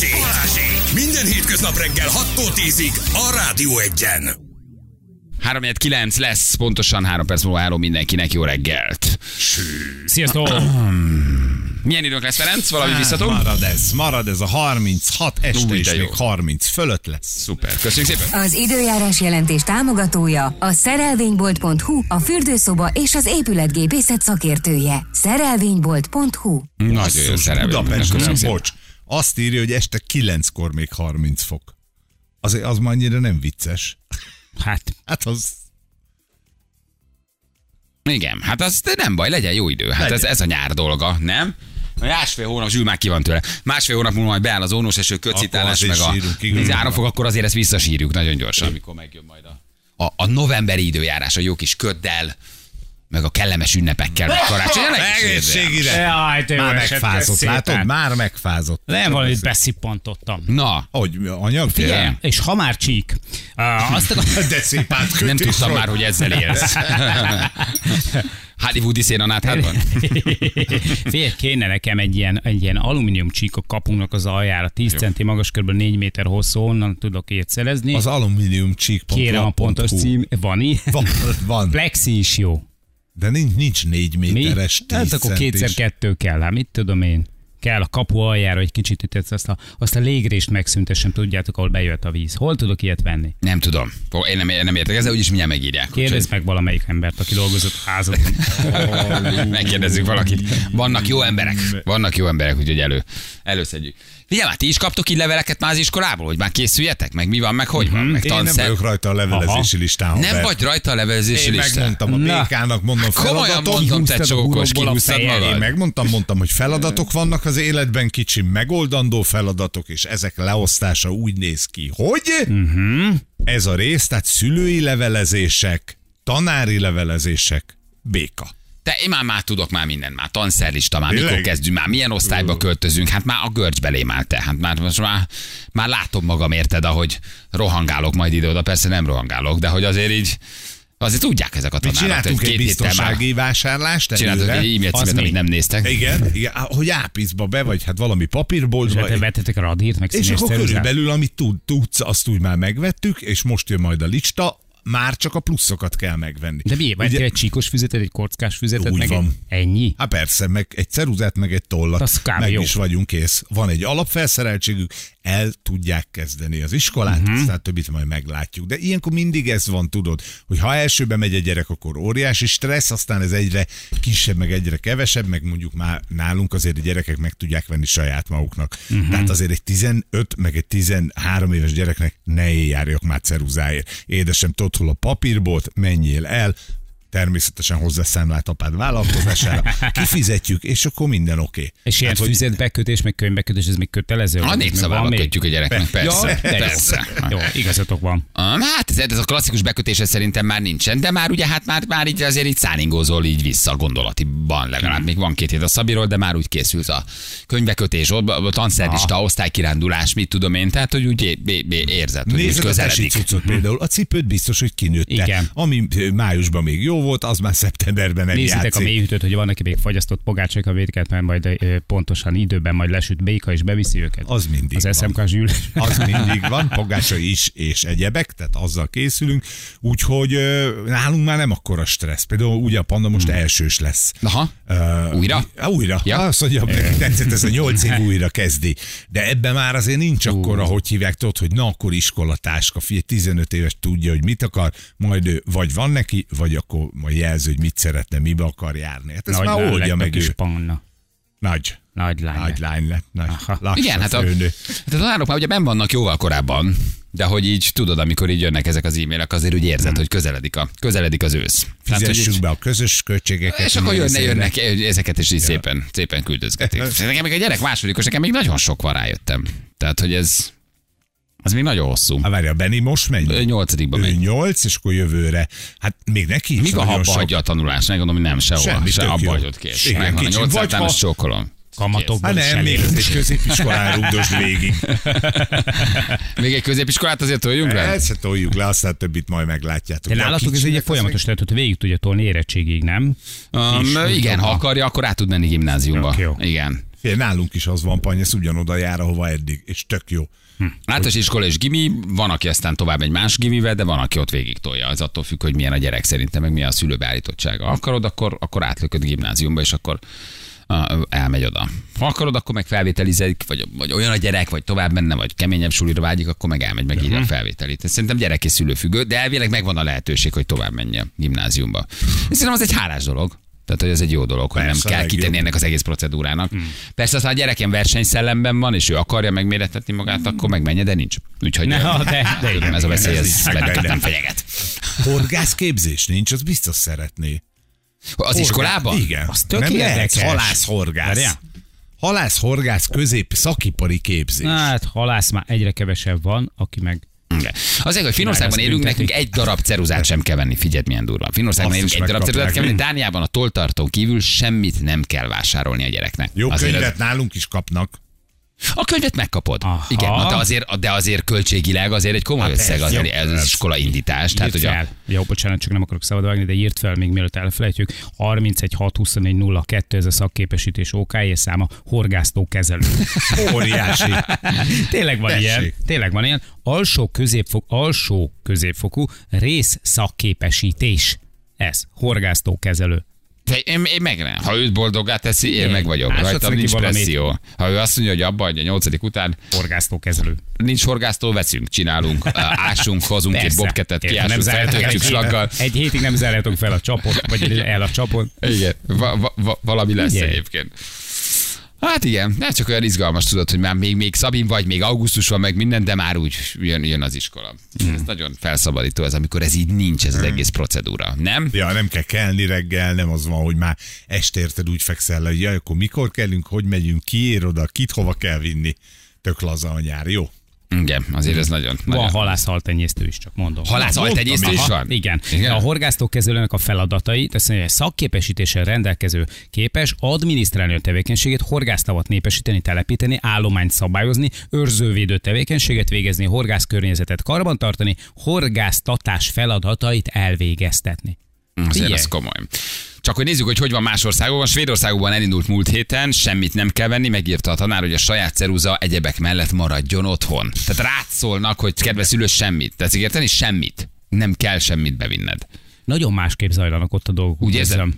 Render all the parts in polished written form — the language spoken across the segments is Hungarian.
Balázsék! Minden hétköznap reggel 6-tól 10-ig a Rádió 1-en. 3-9 lesz, pontosan 3 perc múlva álló mindenkinek jó reggelt. Sziasztok! Milyen időnk lesz, Ferenc? Valami visszatom? Marad ez a 36, este is még 30 fölött lesz. Szuper, köszönjük szépen. Az időjárás jelentés támogatója a szerelvénybolt.hu, a fürdőszoba és az épületgépészet szakértője. Szerelvénybolt.hu. Nagyon jó Budapesten, bocs. Azt írja, hogy este 9-kor még 30 fok. Az már annyira nem vicces. Hát az... Igen, hát az de nem baj, legyen jó idő. Hát ez a nyár dolga, nem? Másfél hónap, Zsül már ki van tőle. Másfél hónap múlva majd beáll az ónos eső, kötcitálás, meg az áramfog, akkor azért ezt visszasírjuk nagyon gyorsan, amikor megjön majd a novemberi időjárás, a jó kis köddel, meg a kellemes ünnepekkel, meg karácsony. Egészségire! Már megfázott, látod? Már megfázott. Nem, valamit beszippantottam. Na. Hogy anyag? Figyelj. És ha már csík. De szép átkötés. Nem tudtam már, hogy ezzel élsz. Hollywoodi szén a náthádban? Figyelj, kéne nekem egy ilyen alumínium csík a kapunknak az aljára, 10 centi magas, kb. 4 méter hosszú, onnan tudok ilyet szerezni. Az alumínium csík. Kérem a pontos cím. Van ilyen? Van. Plexi is jó. De nincs 4 méteres, 10 hát akkor centis. 2x2 kell, hát mit tudom én. Kell a kapu aljára egy kicsit ütetsz, azt a légrést megszüntessem, tudjátok, ahol bejött a víz. Hol tudok ilyet venni? Nem tudom. Én nem értek ezzel, úgyis mindjárt megírják. Kérdezz meg valamelyik embert, aki dolgozott a házadon. Megkérdezzük valakit. Vannak jó emberek, úgyhogy előszedjük. Figyelj, már ti is kaptok így leveleket már az iskolából, hogy már készüljetek? Meg mi van, meg hogy van? Meg Én nem vagyok rajta a levelezési listán. Nem vagy rajta a levelezési listán? Én megmondtam a BK-nak, mondom komolyan feladatot. mondom, te csókos, kihúztad magad. Én megmondtam, hogy feladatok vannak az életben, kicsi megoldandó feladatok, és ezek leosztása úgy néz ki, hogy ez a rész, tehát szülői levelezések, tanári levelezések, BK. Én már tudok mindent, már tanszerlista, már mikor kezdünk, már milyen osztályba költözünk, hát már a görcs belém áll te, hát már látom magam, érted, ahogy rohangálok majd ide-oda, persze nem rohangálok, de hogy azért tudják ezek a tanárok. Mi csináltunk egy biztonsági vásárlást. Csináltunk egy e-mail címet, amit nem néztek. Igen, hogy ápizba be, vagy hát valami papírboltba. És vettetek a radírt, meg és akkor körülbelül, amit tudsz, azt úgy már megvettük, és most jön majd a lista, már csak a pluszokat kell megvenni. De miért? Vagy egy csíkos füzetet, egy kockás füzetet? Úgy meg van. Ennyi? Hát persze, meg egy ceruzát, meg egy tollat. Meg jó. Is vagyunk kész. Van egy alapfelszereltségük, el tudják kezdeni az iskolát, aztán többit majd meglátjuk. De ilyenkor mindig ez van, tudod, hogy ha elsőbe megy egy gyerek, akkor óriási stressz, aztán ez egyre kisebb, meg egyre kevesebb, meg mondjuk már nálunk azért a gyerekek meg tudják venni saját maguknak. Tehát azért egy 15, meg egy 13 éves gyereknek ne járjak már ceruzáért. Édesem, tudod, hol a papírbolt, menjél el, természetesen hozzászámlált apád vállalkozására, kifizetjük, és akkor minden oké. És ilyen füzetbekötés, meg könyvbekötés, ez még kötelező? A népszavába kötjük a gyereknek, persze. Jó, igazatok van. Hát ez a klasszikus bekötése szerintem már nincsen, de már ugye már így azért így száningózol így vissza a gondolatiban, legalább még van 2 hét a Szabiról, de már úgy készülsz a könyvbekötés, a tanszerlista, osztálykirándulás, mit tudom én, tehát hogy úgy érzed, hogy úgy közeledik. Például a cipőt biztos, hogy kinőtte. Igen. Ami májusban még jó volt, az már szeptemberben nem játszik. Nézzétek a mélyhűtőt, hogy van, aki még fagyasztott pogácsak a védket, mert majd pontosan időben majd lesüt béka és beviszi őket. Az mindig az SMK-s gyűlés. Az mindig van, pogácsa is és egyebek, tehát azzal készülünk. Úgyhogy nálunk már nem akkora stressz. Például ugye a Panda most elsős lesz. Aha. Újra? Újra. Ja. Azt mondja, neki tetszett, ez a 8 év újra kezdi. De ebben már azért nincs akkora, hogy hívják, tudod, hogy na akkor iskolatáska, figyelj, 15 éves tudja, hogy mit akar, majd ő vagy van neki, vagy akkor majd jelző, hogy mit szeretne, mibe akar járni. Hát ez már oldja meg ő. Nagy lány lett. Igen, hát a tanárok már ugye benn vannak jóval korábban, de hogy így tudod, amikor így jönnek ezek az e-mailek, azért úgy érzed, hogy közeledik az ősz. Fizessük be a közös költségeket. És akkor jönnek ezeket is így szépen küldözgetik. Nekem még a gyerek másodikos, nekem még nagyon sok van, rájöttem. Tehát, hogy ez még nagyon hosszú. Várj, a Benni most megy? 8-ba megy. 8, és akkor jövőre. Hát még neki is. Mi van, ha abba hagyja a tanulást? Megmondom, hogy nem sehol. Se abba hagyott kész. Megvan a 8 általános csókolom. Kamatokban nem, még egy középiskolán rúgdosd végig. Még egy középiskolát azért toljunk le? Ezt toljuk le, aztán többit majd meglátjátok. De nálatok ez egy folyamatos lehet, hogy végig tudja tolni érettségig, nem? Igen, ha akarja, akkor át tud menni gimnáziumba. Okay, igen. Nálunk is az van, Panyasz ugyanoda jár, ahova eddig, és tök jó. Általános iskola és gimi, van, aki aztán tovább egy más gimivel, de van, aki ott végig tolja. Ez attól függ, hogy milyen a gyerek szerintem, meg milyen a szülő beállítottsága. Akarod, akkor átlököd gimnáziumba, és akkor elmegy oda. Ha akarod, akkor meg felvételizik, vagy olyan a gyerek, vagy tovább menne, vagy keményebb sulira vágyik, akkor meg elmegy, meg írja a felvételit. Ez szerintem gyerek és szülő függő, de elvileg megvan a lehetőség, hogy tovább menjen gimnáziumba. Szerintem az egy hálás dolog. Tehát, hogy ez egy jó dolog, hogy persze, nem kell kitenni ennek az egész procedúrának. Persze, aztán a gyerek ilyen versenyszellemben van, és ő akarja megmérettetni magát, akkor megmenje, de nincs. Úgyhogy de igen, ez a veszély, ez bennünket nem fenyeget. Horgászképzés nincs, az biztos szeretné. Az iskolában? Igen. Az tök érdekes. Halász-horgász. Halász-horgász szakipari képzés. Hát halász már egyre kevesebb van, aki meg... Azért, hogy Finnországban élünk, nekünk egy darab ceruzát sem kell venni. Figyeld, milyen durva. Finnországban élünk, egy darab ceruzát kell venni. Dániában a tolltartón kívül semmit nem kell vásárolni a gyereknek. Jó könyvet nálunk is kapnak. A könyvet megkapod. Aha. Igen, de azért költségileg azért egy komoly összeg az iskola indítás. Tehát, hogy Jó, bocsánat, csak nem akarok szabad vágni, de írt fel még mielőtt elfelejtjük. 31 6 24 02 ez a szakképesítés OKJ száma, horgásztó kezelő. Óriási. Tényleg van ilyen. Alsó középfokú rész szakképesítés. Ez, horgásztó kezelő. Én meg, ha őt boldoggá teszi, én meg vagyok. Rajtam nincs presszió. Ha ő azt mondja, hogy abba hagyja 8. után. Horgásztókezelő. Nincs horgásztó, veszünk, csinálunk, ásunk, hozunk egy bobketet, kiásunk, feltöltjük slaggal. Egy hétig nem zárjátok fel a csapot, vagy el a csapot. Igen, valami lesz egyébként. Hát igen, nem csak olyan izgalmas, tudod, hogy már még Szabin vagy, még augusztus van, meg minden, de már úgy jön az iskola. Ez nagyon felszabadító ez, amikor ez így nincs, ez az egész procedúra, nem? Ja, nem kell kelni reggel, nem az van, hogy már estérted úgy fekszel le, hogy jaj, akkor mikor kellünk, hogy megyünk, ki ér oda, kit hova kell vinni. Tök laza a nyár, jó? Igen, azért ez nagyon... Van halászhaltenyésztő is, csak mondom. Halászhaltenyésztő is van? Igen. A horgásztókezelőnek a feladatai, tehát mondja, szakképesítéssel rendelkező képes adminisztrálni a tevékenységét, horgásztavat népesíteni, telepíteni, állományt szabályozni, őrzővédő tevékenységet végezni, horgászkörnyezetet karbantartani, horgásztatás feladatait elvégeztetni. Azért ez komoly. Csak hogy nézzük, hogy van más országokban. Svédországban elindult múlt héten, semmit nem kell venni, megírta a tanár, hogy a saját ceruza egyebek mellett maradjon otthon. Tehát rád szólnak, hogy kedves szülő, semmit. Tehát érteni? Semmit. Nem kell semmit bevinned. Nagyon másképp zajlanak ott a dolgok. Úgy érzem?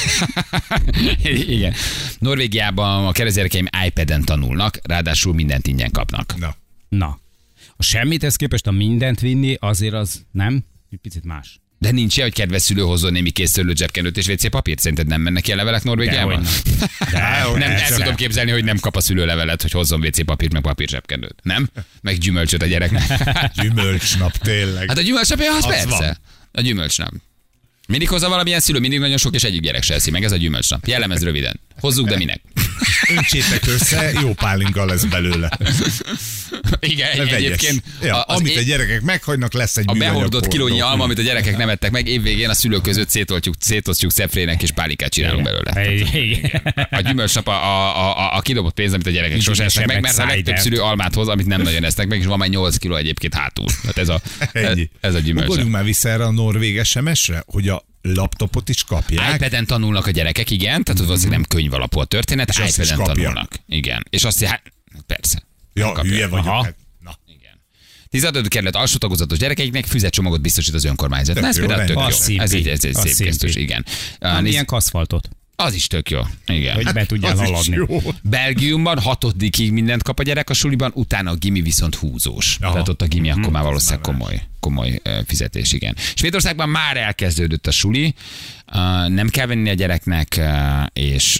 Igen. Norvégiában a keresztgyerekeim iPad-en tanulnak, ráadásul mindent ingyen kapnak. Na. A semmithez képest a mindent vinni, azért az nem? Egy picit más. De nincs ilyen, hogy kedves szülő hozzon némi készszőlőt, zsebkenőt és WC papírt? Szerinted nem mennek ki a levelek Norvégiában? Nem, el tudom képzelni, hogy nem kap a szülő levelet, hogy hozzon WC papírt, meg papír zsebkenőt. Nem? Meg gyümölcsöt a gyereknek. Gyümölcsnap, tényleg. Hát a gyümölcsnap, az persze. Van. A gyümölcsnap. Mindig hozza valamilyen szülő, mindig nagyon sok, és egyik gyerek se eszi meg, ez a gyümölcsnap. Jellemez röviden. Hozzuk, de minek? Öntsétek össze, jó pálinka lesz belőle. Igen, egyébként. Ja, amit a gyerekek meghagynak, lesz egy műanyag. A behordott kilónyi alma, amit a gyerekek nem ettek meg, évvégén a szülők között szétosztjuk szefrének, és pálinkát csinálunk belőle. A gyümölcsnap a kidobott pénz, amit a gyerekek sosem esznek meg, mert a legtöbb szülő almát hoz, amit nem nagyon esznek meg, és van már 8 kiló egyébként hátul. Tehát ez a gyümölcs. Ugorjunk már vissza erre a norvég SMS-re, hogy a laptopot is kapják. iPad-en tanulnak a gyerekek, igen, tehát az nem könyv alapú a történet, és iPad-en tanulnak. Igen. És azt hát persze. Ja, hülye vagyok. Hát. Na. Igen. 15. kerület alsó tagozatos gyerekeiknek füzetcsomagot biztosít az önkormányzat. Ez például tök jó. Ez egy szép gesztus, igen. Milyen aszfaltot? Az is tök jó. Igen. Hogy be tudjál haladni. Belgiumban 6-ig mindent kap a gyerek a suliban, utána a gimi viszont húzós. Aha. Tehát ott a gimi akkor már valószínűleg komoly fizetés, igen. Svédországban már elkezdődött a suli, nem kell venni a gyereknek, és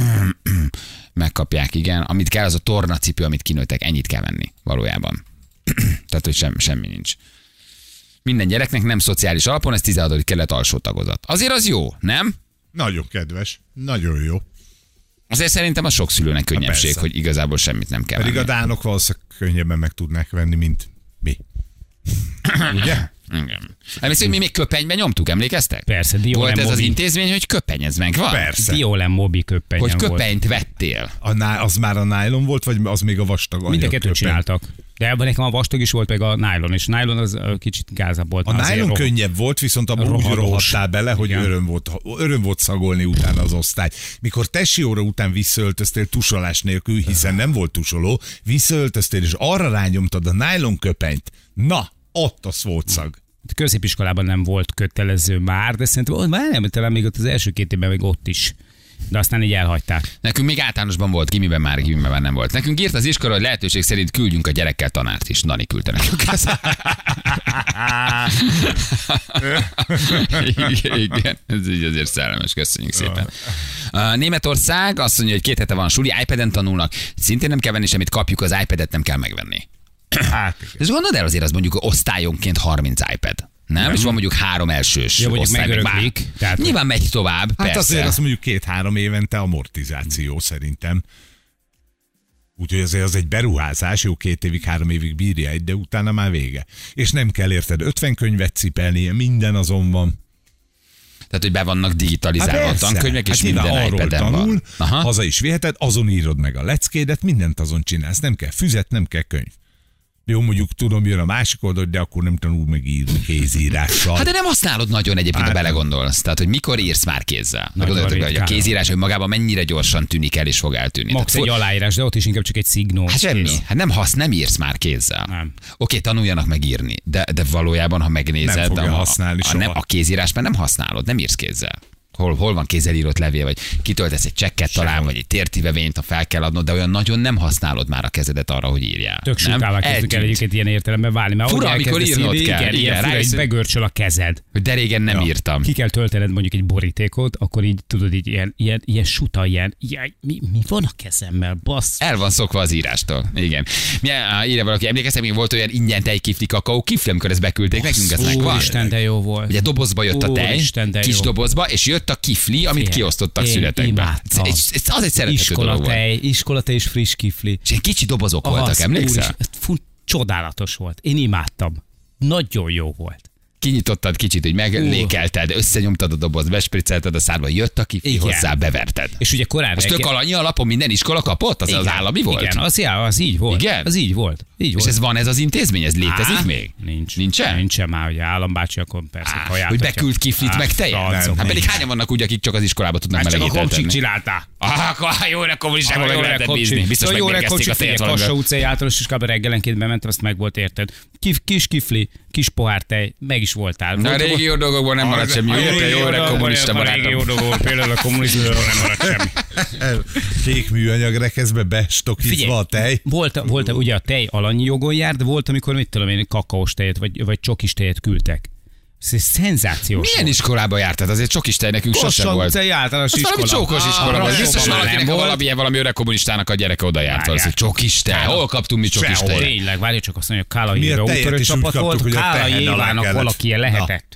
megkapják, igen. Amit kell, az a tornacipő, amit kinőttek, ennyit kell venni valójában. Tehát, hogy semmi nincs. Minden gyereknek nem szociális alapon, ez 16. kerület alsó tagozat. Azért az jó, nem? Nagyon kedves, nagyon jó. Azért szerintem a sok szülőnek könnyebbség, hogy igazából semmit nem kell venni. Pedig a dánok valószínűleg könnyebben meg tudnák venni, mint mi. Ugye? Igen. Emlékszem, mi még Köpenyben nyomtuk, emlékeztek? Persze, volt ez az intézmény, hogy köpeny, ez megvan? Persze. Diolen Mobi köpenyen hogy volt. köpenyt vettél. Az már a nylon volt, vagy az még a vastag Mind a kettőt anyag csináltak. De ebben nekem a vastag is volt, meg a nylon, és nylon az kicsit gázabb volt. A nylon könnyebb volt, viszont abban úgy rohadtál bele, hogy öröm volt szagolni utána az osztály. Mikor tesióra után visszaöltöztél tusolás nélkül, hiszen nem volt tusoló, visszaöltöztél, és arra rányomtad a nylon köpenyt. Na, ott az volt szag. Középiskolában nem volt kötelező már, de szerintem nem, talán még ott az első 2 évben még ott is. De aztán így elhagyták. Nekünk még általánosban volt, gimiben már nem volt. Nekünk írt az iskola, hogy lehetőség szerint küldjünk a gyerekkel tanárt is. Dani küldte nekünk. Igen, ez így azért szellemes, köszönjük szépen. Németország azt mondja, hogy 2 hete van suli, iPad-en tanulnak. Szintén nem kell venni semmit, kapjuk, az iPad-et nem kell megvenni. És gondold el azért, az mondjuk osztályonként 30 iPad. Nem? És van mondjuk 3 elsős osztály. Tehát nyilván megy tovább, hát persze. azért azt mondjuk 2-3 évente amortizáció szerintem. Úgyhogy azért az egy beruházás, jó 2 évig, 3 évig bírja egy, de utána már vége. És nem kell érted 50 könyvet cipelnie, minden azon van. Tehát, hogy be vannak digitalizálva a tankönyvek, és minden iPad-en van. Haza is viheted, azon írod meg a leckédet, mindent azon csinálsz. Nem kell füzet, nem kell könyv. Jó, mondjuk tudom, jön a másik oldal, de akkor nem tanul meg írni kézírással. Hát de nem használod nagyon egyébként, ha belegondolsz. Tehát, hogy mikor írsz már kézzel. Gondoljatok, hogy a kézírás önmagában mennyire gyorsan tűnik el és fog eltűnni. Max egy aláírás, de ott is inkább csak egy szignó. Hát semmi. Hát nem írsz már kézzel. Oké, tanuljanak meg írni, de valójában, ha megnézed, nem fogja használni a kézírásban nem használod, nem írsz kézzel. Hol van kézzel írott levél, vagy kitöltesz egy csekket talán, vagy egy tértivevényt, ha fel kell adnod, de olyan nagyon nem használod már a kezedet arra, hogy írjál. Tök sokává kezdtük el egyébként ilyen értelemben válni. Mert fura, amikor írnod kell. Igen, begörcsöl a kezed. Hogy de régen nem írtam. Ki kell töltened mondjuk egy borítékot, akkor így tudod, így ilyen suta, mi van a kezemmel, bassz. El van szokva az írástól. Igen. Írja valaki, emlékeztek, még volt olyan ingyen tejkifli, kakaó kifli, amikor ezt beküldték nekünk, ez megvan. Isten, de jó volt. Ugye dobozba jött a tej, kis dobozba, és jött a kifli, amit kiosztottak születekben. Az egy szerethető dolog volt. Iskolatej és friss kifli. És egy kicsi dobozok voltak, emlékszel? Csodálatos volt. Én imádtam. Nagyon jó volt. Kinyitottad kicsit, hogy meglékelted, összenyomtad a dobozt, bespriccelted a szádba, jött a kifli hozzá, beverted. És ugye korán most tök alanyi alapon minden iskola kapott? Az állami volt? Igen, az így volt. Igen? Az így volt. És ez van ez az intézmény? Ez létezik még? Nincsen? Nincsen már, ugye állambácsi, akkor persze kajáltatja. Hogy beküld kiflit meg tejet? Hát pedig hányan vannak úgy, akik csak az iskolába tudnak melegíteni? Csak a komcsik csinálta. Jóra kommunistában meg lehetett bízni. Biztos megmérgezték a tejet valamivel. Kassa utcai általános iskolában reggelenként bementem, azt meg volt érted. Kis kifli, kis pohártej, meg is voltál. A régi jó dolgokból nem maradt semmi. Jóra kommunista barátom. A régi jó dolgokból, például a kommunizmusból nem maradt semmi. Kék műanyag rekeszbe bestokizva a tej. Volt ugye a tej alanyi jogon jár, de volt, amikor mit tudom én, kakaós tejet, vagy csokis tejet küldtek. Ez szenzációs. Milyen iskolába jártad? Azért csokis tej nekünk sosem volt. Kassa utcai általános iskola. Valami csókos iskola volt. Biztos valakinek valami öreg kommunistának a gyereke oda járt. Az egy csokis tej. Hol kaptunk mi csokis tejet? Tényleg, várj csak azt mondja, Kálai úttörő csapat volt, Kálai Évának valaki lehetett.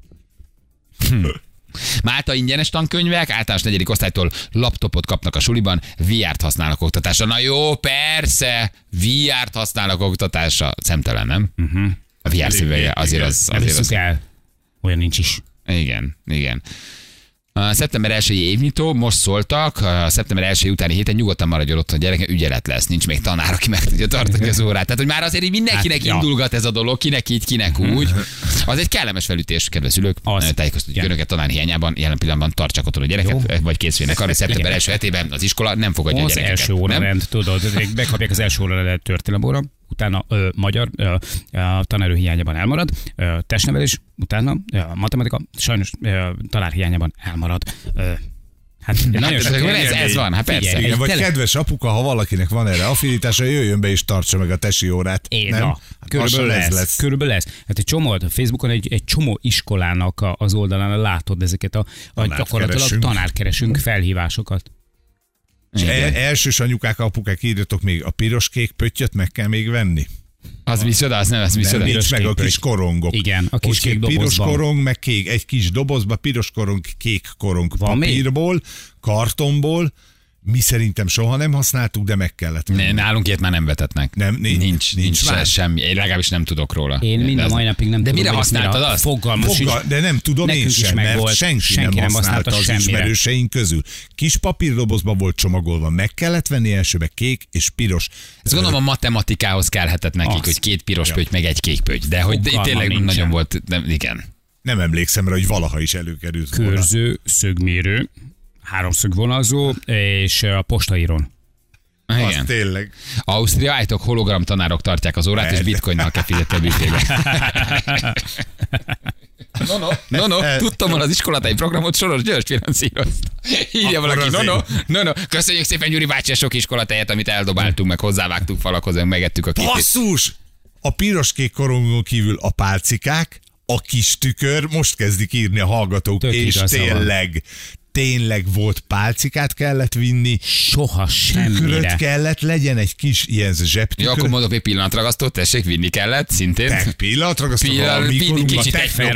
Málta ingyenes tankönyvek, általános 4. osztálytól laptopot kapnak a suliban, VR-t használnak oktatásra. Na jó, persze, VR-t használnak oktatásra. Szemtelen, nem? A VR szívéje azért az... Olyan nincs is. Igen. Szeptember 1-i évnyitó, most szóltak, szeptember 1 utáni héten nyugodtan maradjon otthon, gyereke, ügyelet lesz, nincs még tanár, aki meg tudja tartani az órát. Tehát, hogy már azért így mindenkinek indulgat ez a dolog, kinek így, kinek úgy. Az egy kellemes felütés, kedves szülők. Tájékoztatjuk önöket tanár hiányában, jelen pillanatban tartsak otthon a gyereket, vagy készüljenek arra, hogy szeptember 1 hetében az iskola nem fogadja a gyerekeket. Az első órarend, tudod, bekapják az első órarend történelemóra, utána magyar tanárő hiányában elmarad, testnevelés, utána matematika, sajnos tanár hiányában elmarad. Hát ez van, hát persze. Igen, vagy kedves apuka, ha valakinek van erre affinitása, jöjjön be és tartsa meg a tesi órát. Nem? Körülbelül lesz. Hát egy csomó, a Facebookon egy csomó iskolának az oldalán látod ezeket a gyakorlatilag tanárkeresünk felhívásokat. És elsős anyukák, apukák, írjatok még, a piros-kék pöttyöt meg kell még venni. Az micsoda, az nem, az micsoda. Nincs meg a kis korongok. Igen, a kis kék dobozban. Piros korong, meg kék, egy kis dobozba, piros korong, kék korong papírból, kartonból, Mi szerintem soha nem használtuk, de meg kellett venni. Nálunk ilyet már nem vetetnek. Nincs semmi. Én legalábbis nem tudok róla. Én mind a mai napig nem de tudom. De mire használtad azt? De nem tudom én sem, mert volt. senki nem használta az ismerőseink közül. Kis papírdobozba volt csomagolva, meg kellett venni elsőbe kék és piros. Ezt gondolom a matematikához kellhetett nekik, hogy 2 piros pötty, meg egy kék pötty. De hogy itt tényleg nem nagyon volt, igen. Nem emlékszem rá, hogy valaha is előkerült volna. Körző, szögmérő, háromszögvonalzó és a postaíron. Igen. Az tényleg. Ausztria, állítok, hologram tanárok tartják az órát, és bitcoinnal kell fizetni a büfébe. No, tudtam, hogy az iskolatai programot Soros György finanszírozta. Írja valaki, no. Köszönjük szépen Gyuri bácsi a sok iskolatejet, amit eldobáltunk, meg hozzávágtunk falakhoz, meg megettük a képét. Basszus! A piros-kék korongon kívül a pálcikák, a kis tükör, most kezdik írni a hallgatók, tök és tényleg volt pálcikát kellett vinni. Soha semmire. Tükröt kellett, legyen egy kis ilyen zsebtükör. Ja, akkor mondok egy pillanatragasztót, tessék, vinni kellett, szintén. Pillanatragasztót a kicsit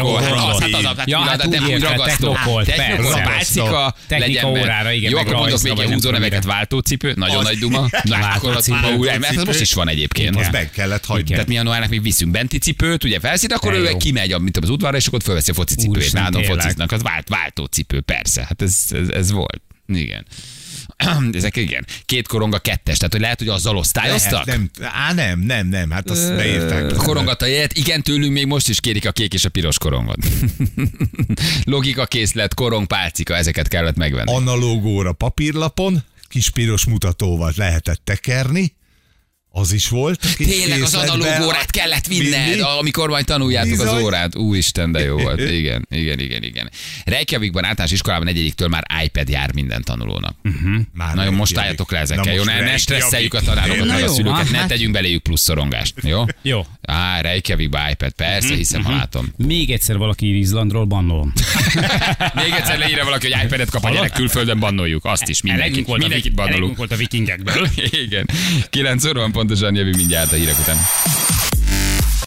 technokol, technika órára, igen. Jó, akkor mondok még egy húzóneveket, váltócipő, nagyon nagy duma. Ez most is van egyébként. Az meg kellett hagyni. Tehát mi a Noának még viszünk benti cipőt, ugye felszít, akkor ő kimegy az udvarra, és akkor fölveszi a foci cipőt. Nálom fociznak, az váltócipő, persze. Hát ez volt. Igen. Ezek igen. 2 koronga 2-es, tehát hogy lehet, hogy azzal osztályoztak? Nem, hát azt beírták. A korongataját, igen, tőlünk még most is kérik a kék és a piros korongot. Logika készlet, korong, pálcika, ezeket kellett megvenni. Analóg óra papírlapon, kis piros mutatóval lehetett tekerni. Az is volt. Tényleg az analóg órát kellett vinned, amikor majd tanuljátok az órát. Úristen, de jó volt. Igen. Reykjavikban általános iskolában 4-től már iPad jár minden tanulónak. Nagyon most álljatok le ezekkel. Jó, ne stresszeljük a tanárokat, meg a szülőket, ne tegyünk beléjük plusz szorongást. Jó? Reykjavikban iPad, persze, hiszem, ha látom. Még egyszer valaki ír Izlandról, bannolom. Még egyszer leírja valaki, hogy iPad-et kap a gyerek, külföldön bannoljuk. Azt is mindenkit bannolunk. Elég volt a vikingekből. Igen. 9 óra van pontosan, jövő mindjárt a hírek után.